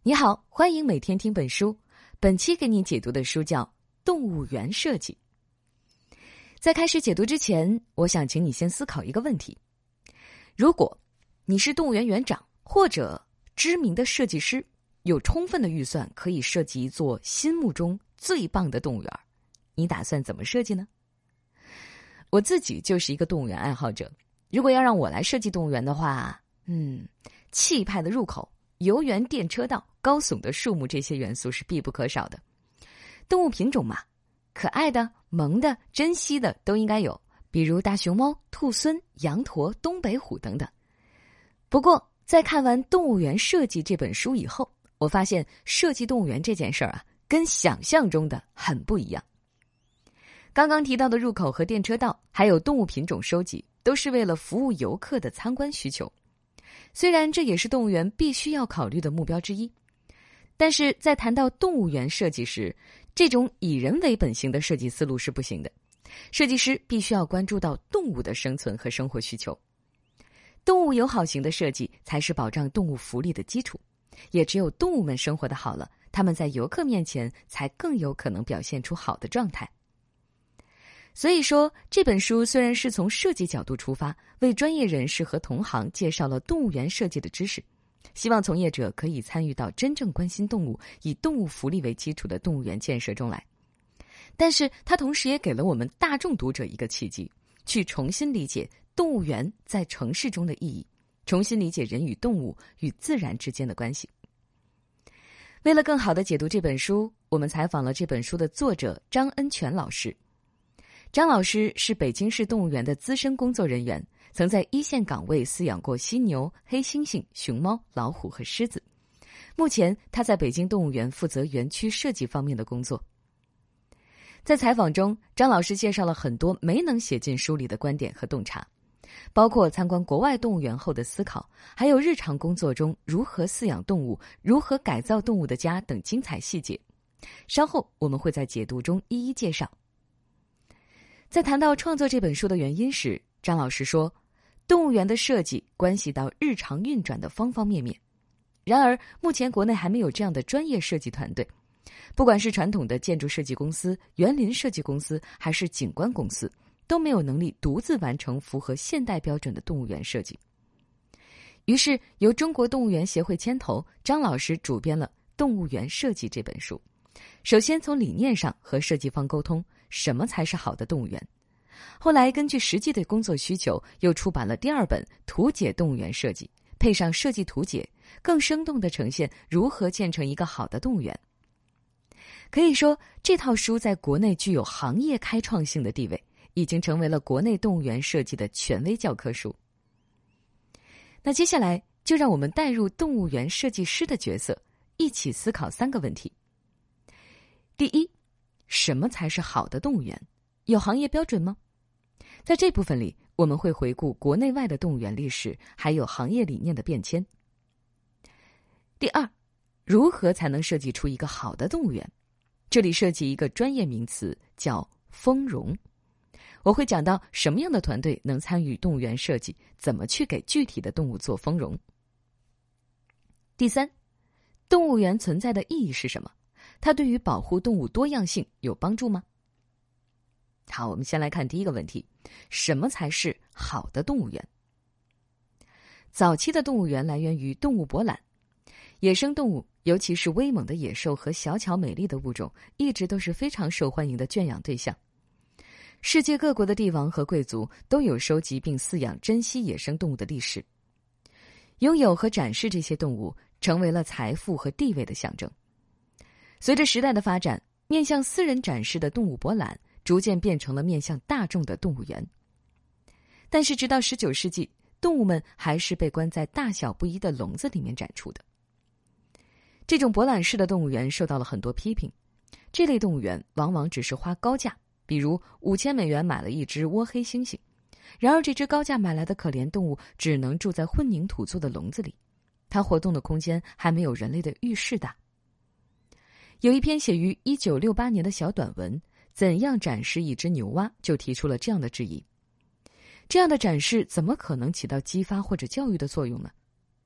你好，欢迎每天听本书。本期给你解读的书叫《动物园设计》。在开始解读之前，我想请你先思考一个问题：如果你是动物园园长或者知名的设计师，有充分的预算可以设计一座心目中最棒的动物园，你打算怎么设计呢？我自己就是一个动物园爱好者，如果要让我来设计动物园的话，气派的入口、游园电车道、高耸的树木，这些元素是必不可少的。动物品种嘛，可爱的、萌的、珍稀的都应该有，比如大熊猫、兔狲、羊驼、东北虎等等。不过在看完《动物园设计》这本书以后，我发现设计动物园这件事儿跟想象中的很不一样。刚刚提到的入口和电车道，还有动物品种收集，都是为了服务游客的参观需求。虽然这也是动物园必须要考虑的目标之一，但是在谈到动物园设计时，这种以人为本型的设计思路是不行的。设计师必须要关注到动物的生存和生活需求。动物友好型的设计才是保障动物福利的基础，也只有动物们生活得好了，它们在游客面前才更有可能表现出好的状态。所以说，这本书虽然是从设计角度出发，为专业人士和同行介绍了动物园设计的知识，希望从业者可以参与到真正关心动物、以动物福利为基础的动物园建设中来。但是它同时也给了我们大众读者一个契机，去重新理解动物园在城市中的意义，重新理解人与动物与自然之间的关系。为了更好地解读这本书，我们采访了这本书的作者张恩泉老师。张老师是北京市动物园的资深工作人员，曾在一线岗位饲养过犀牛、黑猩猩、熊猫、老虎和狮子。目前他在北京动物园负责园区设计方面的工作。在采访中，张老师介绍了很多没能写进书里的观点和洞察，包括参观国外动物园后的思考，还有日常工作中如何饲养动物、如何改造动物的家等精彩细节。稍后我们会在解读中一一介绍。在谈到创作这本书的原因时，张老师说，动物园的设计关系到日常运转的方方面面。然而，目前国内还没有这样的专业设计团队，不管是传统的建筑设计公司、园林设计公司，还是景观公司，都没有能力独自完成符合现代标准的动物园设计。于是，由中国动物园协会牵头，张老师主编了《动物园设计》这本书。首先从理念上和设计方沟通，什么才是好的动物园。后来根据实际的工作需求，又出版了第二本《图解动物园设计》，配上设计图解，更生动地呈现如何建成一个好的动物园。可以说，这套书在国内具有行业开创性的地位，已经成为了国内动物园设计的权威教科书。那接下来就让我们带入动物园设计师的角色，一起思考3个问题。第一，什么才是好的动物园？有行业标准吗？在这部分里，我们会回顾国内外的动物园历史，还有行业理念的变迁。第二，如何才能设计出一个好的动物园？这里涉及一个专业名词，叫丰容。我会讲到什么样的团队能参与动物园设计，怎么去给具体的动物做丰容。第三，动物园存在的意义是什么？它对于保护动物多样性有帮助吗？好，我们先来看第一个问题，什么才是好的动物园？早期的动物园来源于动物博览，野生动物，尤其是威猛的野兽和小巧美丽的物种，一直都是非常受欢迎的圈养对象。世界各国的帝王和贵族都有收集并饲养珍稀野生动物的历史，拥有和展示这些动物成为了财富和地位的象征。随着时代的发展，面向私人展示的动物博览逐渐变成了面向大众的动物园。但是直到19世纪，动物们还是被关在大小不一的笼子里面展出的。这种博览式的动物园受到了很多批评，这类动物园往往只是花高价，比如$5000买了一只倭黑猩猩，然而这只高价买来的可怜动物只能住在混凝土做的笼子里，它活动的空间还没有人类的浴室大。有一篇写于1968年的小短文，怎样展示一只牛蛙，就提出了这样的质疑。这样的展示怎么可能起到激发或者教育的作用呢？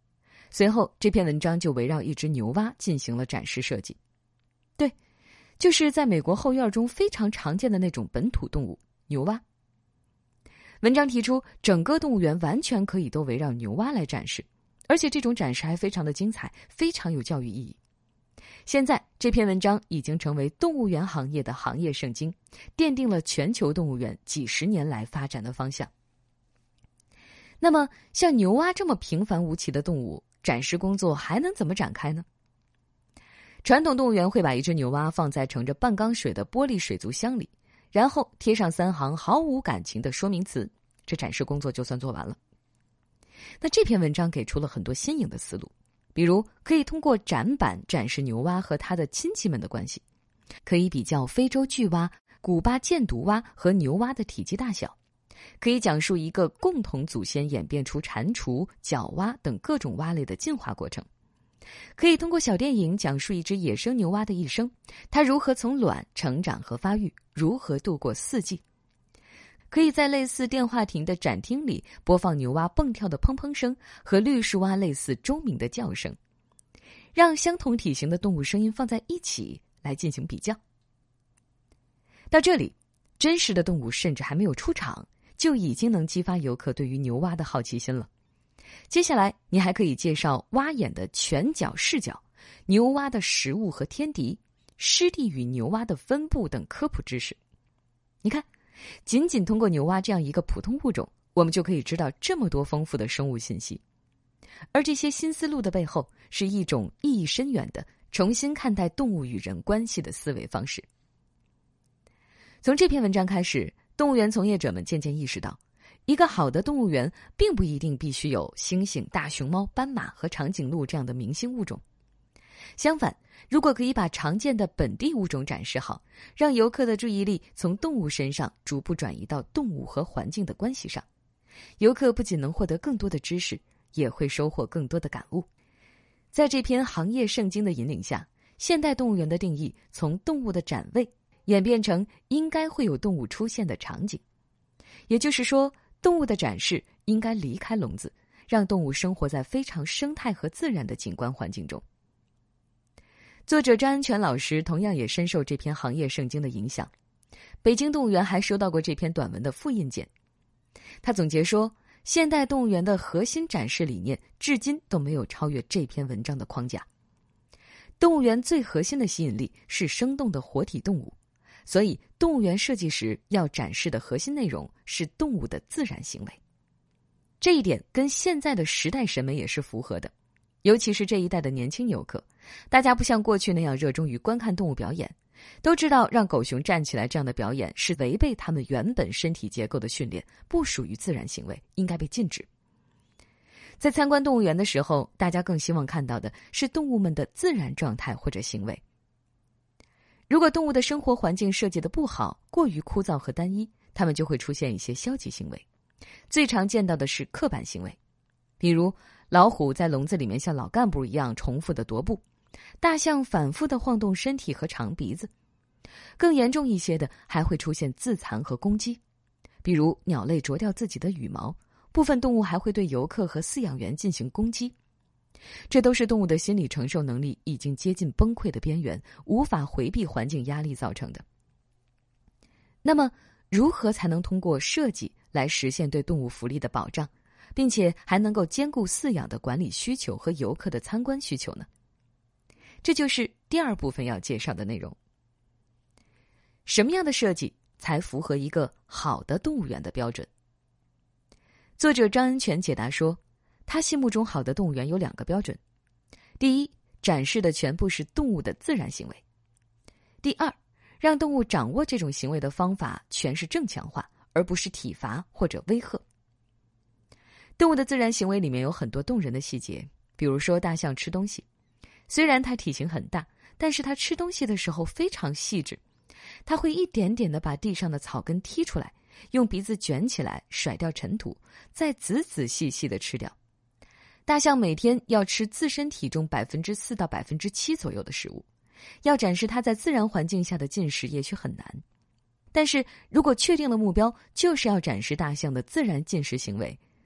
随后，这篇文章就围绕一只牛蛙进行了展示设计。对，就是在美国后院中非常常见的那种本土动物——牛蛙。文章提出，整个动物园完全可以都围绕牛蛙来展示，而且这种展示还非常的精彩，非常有教育意义。现在，这篇文章已经成为动物园行业的行业圣经，奠定了全球动物园几十年来发展的方向。那么，像牛蛙这么平凡无奇的动物，展示工作还能怎么展开呢？传统动物园会把一只牛蛙放在盛着半缸水的玻璃水族箱里，然后贴上3行毫无感情的说明词，这展示工作就算做完了。那这篇文章给出了很多新颖的思路，比如可以通过展板展示牛蛙和它的亲戚们的关系，可以比较非洲巨蛙、古巴箭毒蛙和牛蛙的体积大小，可以讲述一个共同祖先演变出蟾蜍、角蛙等各种蛙类的进化过程，可以通过小电影讲述一只野生牛蛙的一生，它如何从卵成长和发育，如何度过4季。可以在类似电话亭的展厅里播放牛蛙蹦跳的砰砰声和绿树蛙类似钟鸣的叫声，让相同体型的动物声音放在一起来进行比较。到这里，真实的动物甚至还没有出场，就已经能激发游客对于牛蛙的好奇心了。接下来，你还可以介绍蛙眼的全角视角、牛蛙的食物和天敌、湿地与牛蛙的分布等科普知识。你看，仅仅通过牛蛙这样一个普通物种，我们就可以知道这么多丰富的生物信息。而这些新思路的背后，是一种意义深远的重新看待动物与人关系的思维方式。从这篇文章开始，动物园从业者们渐渐意识到，一个好的动物园并不一定必须有猩猩、大熊猫、斑马和长颈鹿这样的明星物种。相反，如果可以把常见的本地物种展示好，让游客的注意力从动物身上逐步转移到动物和环境的关系上，游客不仅能获得更多的知识，也会收获更多的感悟。在这篇行业圣经的引领下，现代动物园的定义从动物的展位演变成应该会有动物出现的场景。也就是说，动物的展示应该离开笼子，让动物生活在非常生态和自然的景观环境中。作者张安全老师同样也深受这篇行业圣经的影响，北京动物园还收到过这篇短文的复印件。他总结说，现代动物园的核心展示理念至今都没有超越这篇文章的框架。动物园最核心的吸引力是生动的活体动物，所以动物园设计时要展示的核心内容是动物的自然行为。这一点跟现在的时代审美也是符合的，尤其是这一代的年轻游客，大家不像过去那样热衷于观看动物表演，都知道让狗熊站起来这样的表演是违背它们原本身体结构的训练，不属于自然行为，应该被禁止。在参观动物园的时候，大家更希望看到的是动物们的自然状态或者行为。如果动物的生活环境设计得不好，过于枯燥和单一，它们就会出现一些消极行为。最常见到的是刻板行为，比如老虎在笼子里面像老干部一样重复的踱步，大象反复地晃动身体和长鼻子。更严重一些的还会出现自残和攻击，比如鸟类啄掉自己的羽毛，部分动物还会对游客和饲养员进行攻击。这都是动物的心理承受能力已经接近崩溃的边缘，无法回避环境压力造成的。那么，如何才能通过设计来实现对动物福利的保障，并且还能够兼顾饲养的管理需求和游客的参观需求呢？这就是第二部分要介绍的内容。什么样的设计才符合一个好的动物园的标准？作者张恩泉解答说，他心目中好的动物园有2个标准：第一，展示的全部是动物的自然行为；第二，让动物掌握这种行为的方法全是正强化，而不是体罚或者威吓。动物的自然行为里面有很多动人的细节，比如说大象吃东西，虽然它体型很大，但是它吃东西的时候非常细致，它会一点点地把地上的草根踢出来，用鼻子卷起来甩掉尘土，再仔仔细细地吃掉。大象每天要吃自身体重4%到7%左右的食物，要展示它在自然环境下的进食也许很难，但是如果确定了目标就是要展示大象的自然进食行为，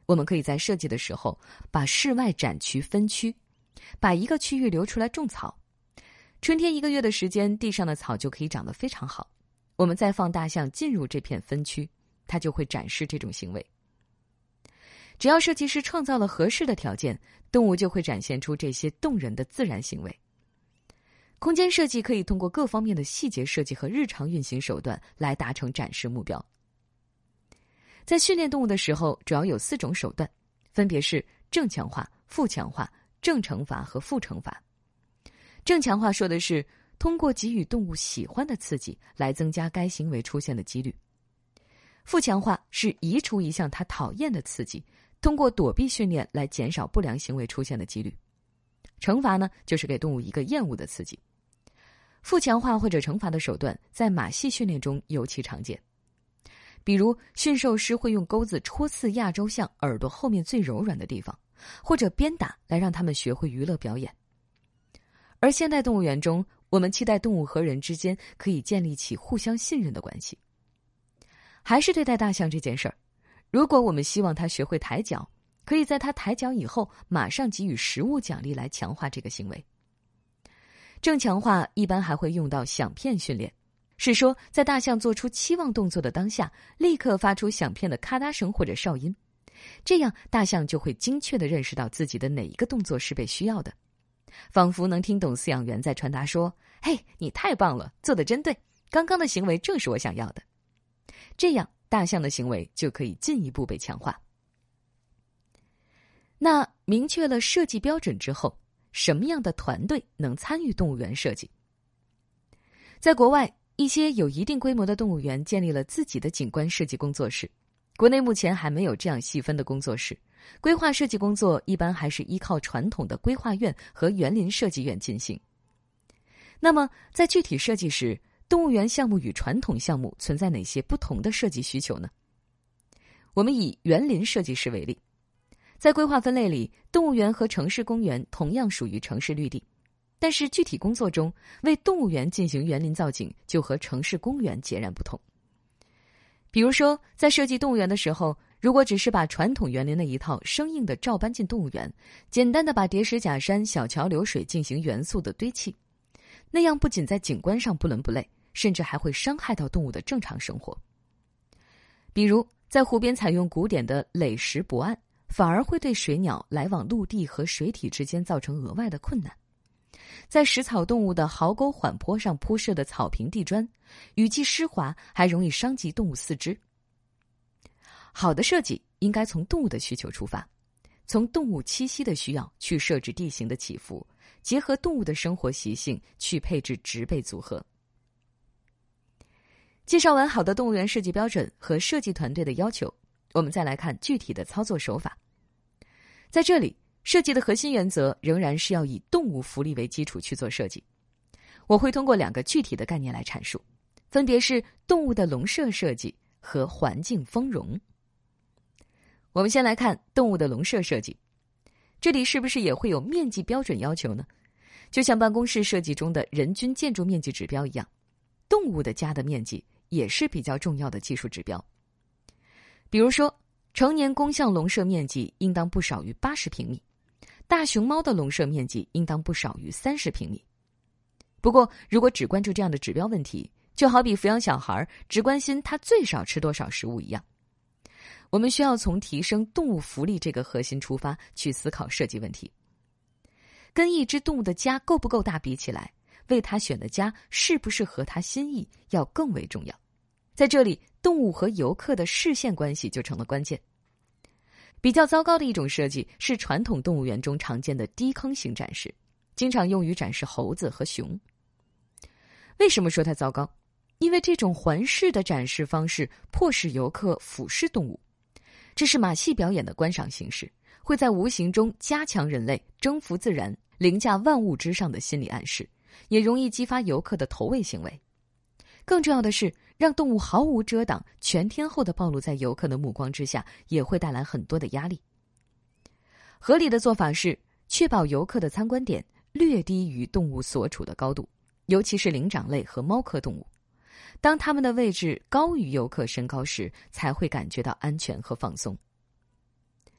我们可以在设计的时候把室外展区分区，把一个区域留出来种草。春天1个月的时间，地上的草就可以长得非常好。我们再放大象进入这片分区，它就会展示这种行为。只要设计师创造了合适的条件，动物就会展现出这些动人的自然行为。空间设计可以通过各方面的细节设计和日常运行手段来达成展示目标。在训练动物的时候，主要有4种手段，分别是正强化、负强化、正惩罚和负惩罚。正强化说的是通过给予动物喜欢的刺激来增加该行为出现的几率。负强化是移除一项它讨厌的刺激，通过躲避训练来减少不良行为出现的几率。惩罚呢，就是给动物一个厌恶的刺激。负强化或者惩罚的手段在马戏训练中尤其常见。比如驯兽师会用钩子戳刺亚洲象耳朵后面最柔软的地方，或者鞭打来让他们学会娱乐表演。而现代动物园中，我们期待动物和人之间可以建立起互相信任的关系。还是对待大象这件事儿，如果我们希望它学会抬脚，可以在它抬脚以后马上给予食物奖励来强化这个行为。正强化一般还会用到响片训练，是说在大象做出期望动作的当下，立刻发出响片的咔嗒声或者哨音，这样大象就会精确地认识到自己的哪一个动作是被需要的，仿佛能听懂饲养员在传达说：嘿，你太棒了，做得真对，刚刚的行为正是我想要的。这样大象的行为就可以进一步被强化。那明确了设计标准之后，什么样的团队能参与动物园设计？在国外，一些有一定规模的动物园建立了自己的景观设计工作室，国内目前还没有这样细分的工作室，规划设计工作一般还是依靠传统的规划院和园林设计院进行。那么在具体设计时，动物园项目与传统项目存在哪些不同的设计需求呢？我们以园林设计师为例，在规划分类里，动物园和城市公园同样属于城市绿地，但是具体工作中，为动物园进行园林造景就和城市公园截然不同。比如说，在设计动物园的时候，如果只是把传统园林的一套生硬的照搬进动物园，简单的把叠石假山、小桥流水进行元素的堆砌，那样不仅在景观上不伦不类，甚至还会伤害到动物的正常生活。比如在湖边采用古典的垒石驳岸，反而会对水鸟来往陆地和水体之间造成额外的困难。在食草动物的壕沟缓坡上铺设的草坪地砖，雨季湿滑，还容易伤及动物四肢。好的设计应该从动物的需求出发，从动物栖息的需要去设置地形的起伏，结合动物的生活习性去配置植被组合。介绍完好的动物园设计标准和设计团队的要求，我们再来看具体的操作手法。在这里，设计的核心原则仍然是要以动物福利为基础去做设计。我会通过2个具体的概念来阐述，分别是动物的笼舍设计和环境丰容。我们先来看动物的笼舍设计，这里是不是也会有面积标准要求呢？就像办公室设计中的人均建筑面积指标一样，动物的家的面积也是比较重要的技术指标。比如说，成年公象笼舍面积应当不少于80平米，大熊猫的笼舍面积应当不少于30平米。不过，如果只关注这样的指标问题，就好比抚养小孩只关心他最少吃多少食物一样。我们需要从提升动物福利这个核心出发去思考设计问题。跟一只动物的家够不够大比起来，为它选的家是不是合它心意要更为重要。在这里，动物和游客的视线关系就成了关键。比较糟糕的一种设计是传统动物园中常见的低坑型展示，经常用于展示猴子和熊。为什么说它糟糕？因为这种环视的展示方式迫使游客俯视动物，这是马戏表演的观赏形式，会在无形中加强人类征服自然、凌驾万物之上的心理暗示，也容易激发游客的投喂行为。更重要的是，让动物毫无遮挡、全天候地暴露在游客的目光之下，也会带来很多的压力。合理的做法是，确保游客的参观点略低于动物所处的高度，尤其是灵长类和猫科动物。当它们的位置高于游客身高时，才会感觉到安全和放松。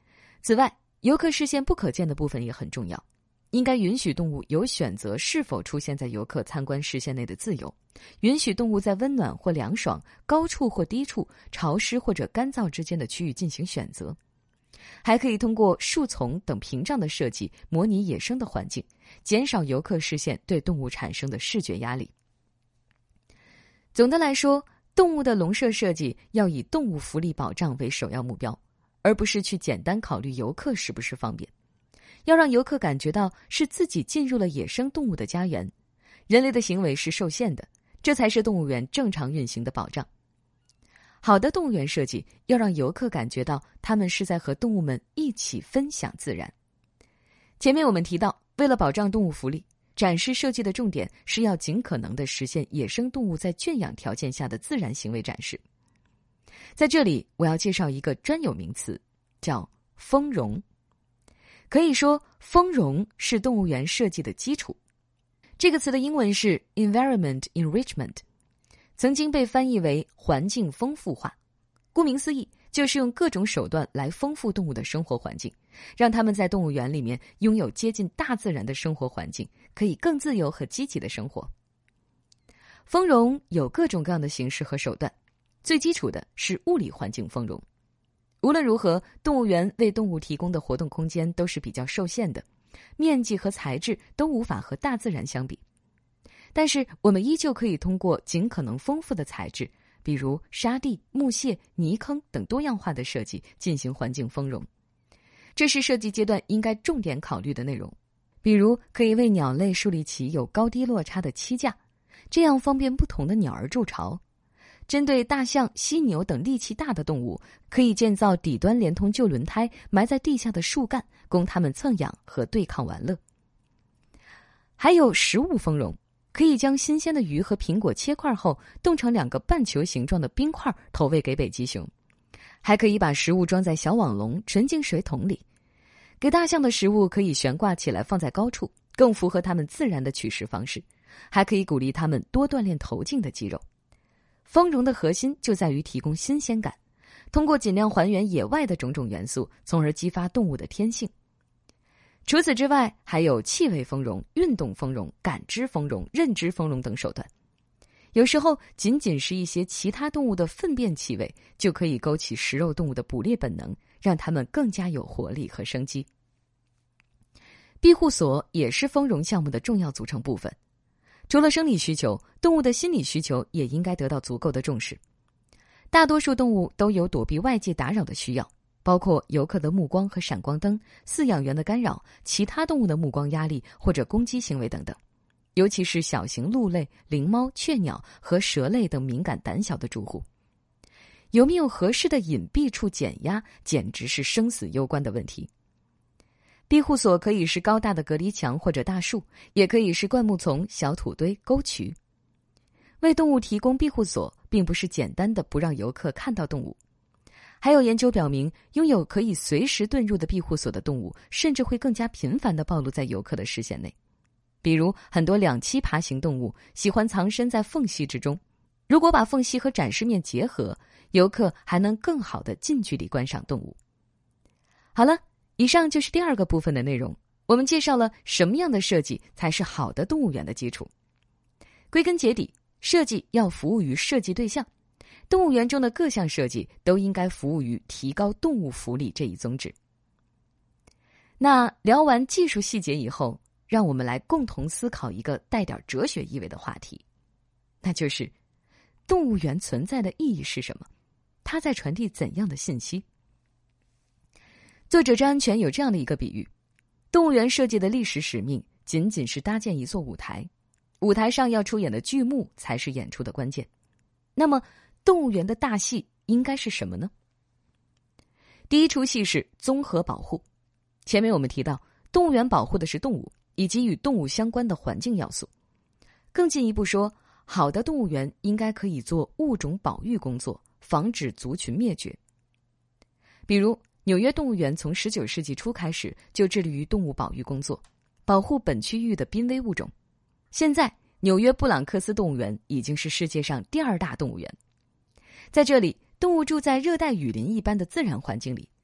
此外，游客视线不可见的部分也很重要，应该允许动物有选择是否出现在游客参观视线内的自由，允许动物在温暖或凉爽、高处或低处、潮湿或者干燥之间的区域进行选择。还可以通过树丛等屏障的设计模拟野生的环境，减少游客视线对动物产生的视觉压力。总的来说，动物的笼舍设计要以动物福利保障为首要目标，而不是去简单考虑游客是不是方便。要让游客感觉到是自己进入了野生动物的家园，人类的行为是受限的，这才是动物园正常运行的保障。好的动物园设计要让游客感觉到他们是在和动物们一起分享自然。前面我们提到，为了保障动物福利，展示设计的重点是要尽可能地实现野生动物在圈养条件下的自然行为展示。在这里，我要介绍一个专有名词，叫丰容。可以说，丰容是动物园设计的基础。这个词的英文是 environment enrichment， 曾经被翻译为环境丰富化。顾名思义，就是用各种手段来丰富动物的生活环境，让它们在动物园里面拥有接近大自然的生活环境，可以更自由和积极的生活。丰容有各种各样的形式和手段，最基础的是物理环境丰容。无论如何，动物园为动物提供的活动空间都是比较受限的，面积和材质都无法和大自然相比。但是我们依旧可以通过尽可能丰富的材质，比如沙地、木屑、泥坑等多样化的设计进行环境丰容。这是设计阶段应该重点考虑的内容。比如可以为鸟类树立起有高低落差的栖架，这样方便不同的鸟儿筑巢。针对大象、犀牛等力气大的动物，可以建造底端连通旧轮胎埋在地下的树干，供它们蹭痒和对抗玩乐。还有食物丰容，可以将新鲜的鱼和苹果切块后冻成2个半球形状的冰块投喂给北极熊。还可以把食物装在小网笼、纯净水桶里。给大象的食物可以悬挂起来放在高处，更符合它们自然的取食方式。还可以鼓励它们多锻炼头颈的肌肉。丰容的核心就在于提供新鲜感，通过尽量还原野外的种种元素，从而激发动物的天性。除此之外，还有气味丰容、运动丰容、感知丰容、认知丰容等手段。有时候，仅仅是一些其他动物的粪便气味，就可以勾起食肉动物的捕猎本能，让它们更加有活力和生机。庇护所也是丰容项目的重要组成部分。除了生理需求，动物的心理需求也应该得到足够的重视。大多数动物都有躲避外界打扰的需要，包括游客的目光和闪光灯、饲养员的干扰、其他动物的目光压力或者攻击行为等等。尤其是小型鹿类、灵猫、雀鸟和蛇类等敏感胆小的住户。有没有合适的隐蔽处减压，简直是生死攸关的问题。庇护所可以是高大的隔离墙或者大树，也可以是灌木丛、小土堆、沟渠。为动物提供庇护所，并不是简单的不让游客看到动物。还有研究表明，拥有可以随时遁入的庇护所的动物，甚至会更加频繁地暴露在游客的视线内。比如，很多两栖爬行动物喜欢藏身在缝隙之中，如果把缝隙和展示面结合，游客还能更好地近距离观赏动物。好了，以上就是第2个部分的内容。我们介绍了什么样的设计才是好的动物园的基础。归根结底，设计要服务于设计对象，动物园中的各项设计都应该服务于提高动物福利这一宗旨。那聊完技术细节以后，让我们来共同思考一个带点哲学意味的话题，那就是动物园存在的意义是什么？它在传递怎样的信息？作者张安全有这样的一个比喻，动物园设计的历史使命仅仅是搭建一座舞台，舞台上要出演的剧目才是演出的关键。那么动物园的大戏应该是什么呢？第一出戏是综合保护。前面我们提到，动物园保护的是动物以及与动物相关的环境要素。更进一步说，好的动物园应该可以做物种保育工作，防止族群灭绝。比如纽约动物园从19世纪初开始就致力于动物保育工作，保护本区域的濒危物种。现在纽约布朗克斯动物园已经是世界上第2大动物园。在这里，动物住在热带雨林一般的自然环境里，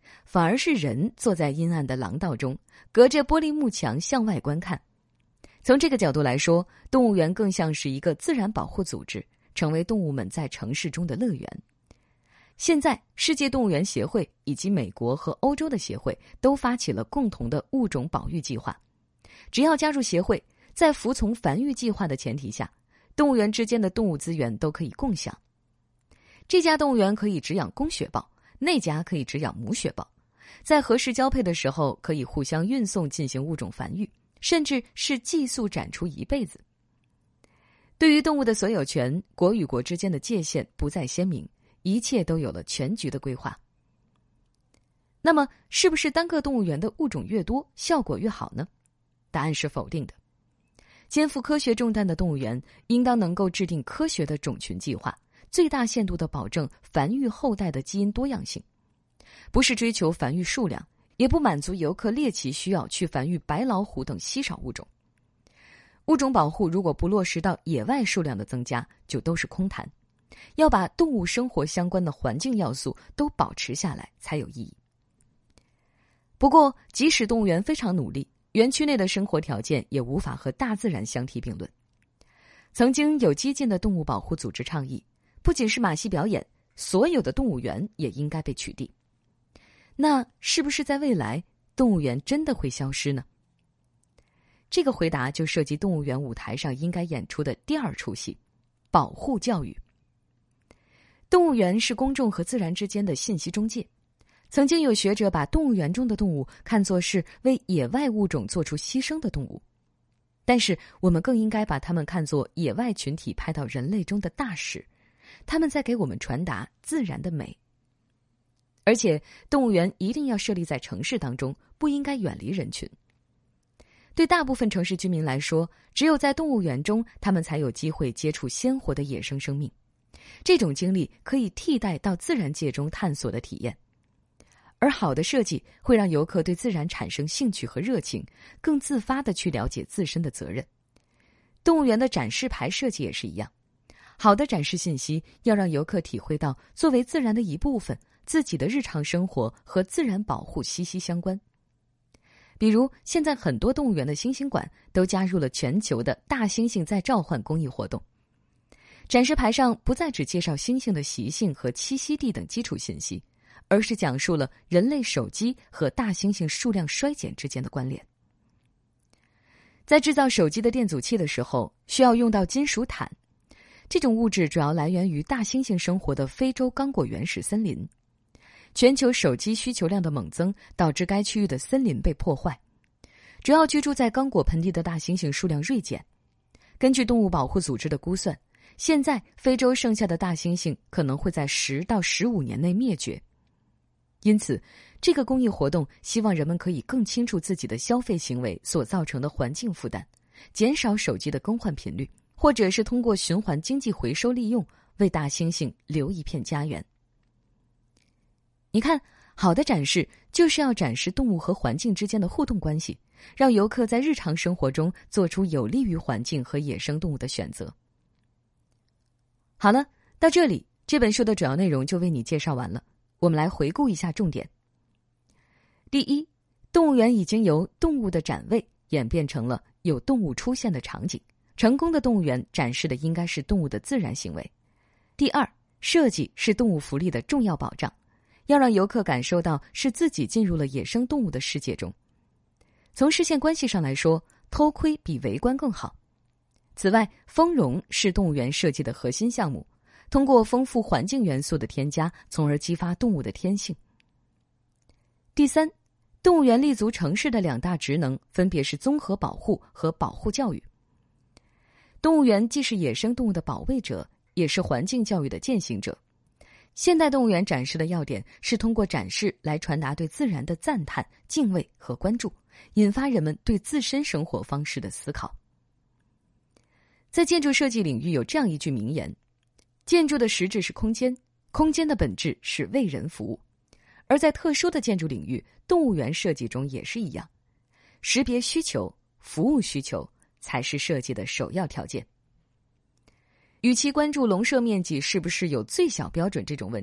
反而是人坐在阴暗的廊道中，隔着玻璃幕墙向外观看。从这个角度来说，动物园更像是一个自然保护组织，成为动物们在城市中的乐园。现在，世界动物园协会以及美国和欧洲的协会都发起了共同的物种保育计划。只要加入协会，在服从繁育计划的前提下，动物园之间的动物资源都可以共享。这家动物园可以只养公雪豹，那家可以只养母雪豹，在合适交配的时候可以互相运送进行物种繁育，甚至是寄宿展出一辈子。对于动物的所有权，国与国之间的界限不再鲜明，一切都有了全局的规划。那么，是不是单个动物园的物种越多，效果越好呢？答案是否定的。肩负科学重担的动物园应当能够制定科学的种群计划，最大限度地保证繁育后代的基因多样性，不是追求繁育数量，也不满足游客猎奇需要去繁育白老虎等稀少物种。物种保护如果不落实到野外数量的增加，就都是空谈。要把动物生活相关的环境要素都保持下来才有意义。不过，即使动物园非常努力，园区内的生活条件也无法和大自然相提并论。曾经有激进的动物保护组织倡议，不仅是马戏表演，所有的动物园也应该被取缔。那是不是在未来，动物园真的会消失呢？这个回答就涉及动物园舞台上应该演出的第二出戏——保护教育。动物园是公众和自然之间的信息中介。曾经有学者把动物园中的动物看作是为野外物种做出牺牲的动物，但是我们更应该把它们看作野外群体派到人类中的大使，他们在给我们传达自然的美。而且，动物园一定要设立在城市当中，不应该远离人群。对大部分城市居民来说，只有在动物园中，他们才有机会接触鲜活的野生生命。这种经历可以替代到自然界中探索的体验。而好的设计会让游客对自然产生兴趣和热情，更自发地去了解自身的责任。动物园的展示牌设计也是一样，好的展示信息要让游客体会到作为自然的一部分，自己的日常生活和自然保护息息相关。比如，现在很多动物园的猩猩馆都加入了全球的大猩猩在召唤公益活动。展示牌上不再只介绍猩猩的习性和栖息地等基础信息，而是讲述了人类手机和大猩猩数量衰减之间的关联。在制造手机的电阻器的时候，需要用到金属钽，这种物质主要来源于大猩猩生活的非洲刚果原始森林。全球手机需求量的猛增，导致该区域的森林被破坏，主要居住在刚果盆地的大猩猩数量锐减。根据动物保护组织的估算，现在非洲剩下的大猩猩可能会在10到15年内灭绝。因此，这个公益活动希望人们可以更清楚自己的消费行为所造成的环境负担，减少手机的更换频率，或者是通过循环经济回收利用，为大猩猩留一片家园。你看，好的展示就是要展示动物和环境之间的互动关系，让游客在日常生活中做出有利于环境和野生动物的选择。好了，到这里，这本书的主要内容就为你介绍完了。我们来回顾一下重点。第一，动物园已经由动物的展位演变成了有动物出现的场景，成功的动物园展示的应该是动物的自然行为。第二，设计是动物福利的重要保障，要让游客感受到是自己进入了野生动物的世界中。从视线关系上来说，偷窥比围观更好。此外，丰容是动物园设计的核心项目，通过丰富环境元素的添加，从而激发动物的天性。第三，动物园立足城市的2大职能分别是综合保护和保护教育。动物园既是野生动物的保卫者，也是环境教育的践行者。现代动物园展示的要点是通过展示来传达对自然的赞叹、敬畏和关注，引发人们对自身生活方式的思考。在建筑设计领域有这样一句名言：建筑的实质是空间，空间的本质是为人服务。而在特殊的建筑领域，动物园设计中也是一样，识别需求、服务需求才是设计的首要条件。与其关注笼舍面积是不是有最小标准这种问题，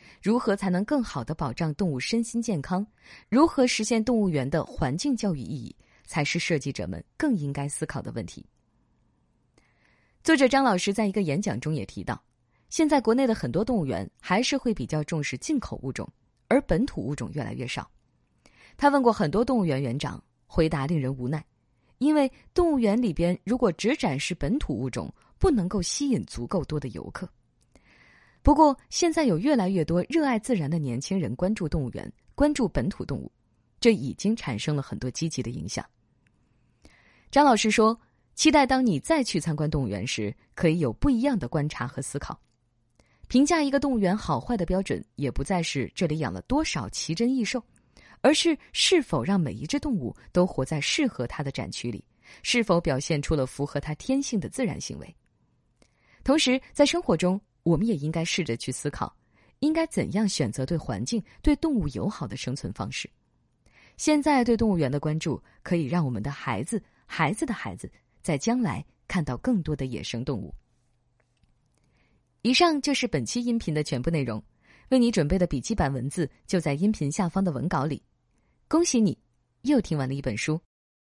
如何才能更好地保障动物身心健康，如何实现动物园的环境教育意义，才是设计者们更应该思考的问题。作者张老师在一个演讲中也提到，现在国内的很多动物园还是会比较重视进口物种，而本土物种越来越少。他问过很多动物园园长，回答令人无奈，因为动物园里边如果只展示本土物种，不能够吸引足够多的游客。不过现在有越来越多热爱自然的年轻人关注动物园，关注本土动物，这已经产生了很多积极的影响。张老师说，期待当你再去参观动物园时，可以有不一样的观察和思考。评价一个动物园好坏的标准，也不再是这里养了多少奇珍异兽，而是是否让每一只动物都活在适合它的展区里，是否表现出了符合它天性的自然行为。同时，在生活中，我们也应该试着去思考，应该怎样选择对环境、对动物友好的生存方式。现在对动物园的关注，可以让我们的孩子、孩子的孩子，在将来看到更多的野生动物。以上就是本期音频的全部内容，为你准备的笔记版文字就在音频下方的文稿里。恭喜你，又听完了一本书。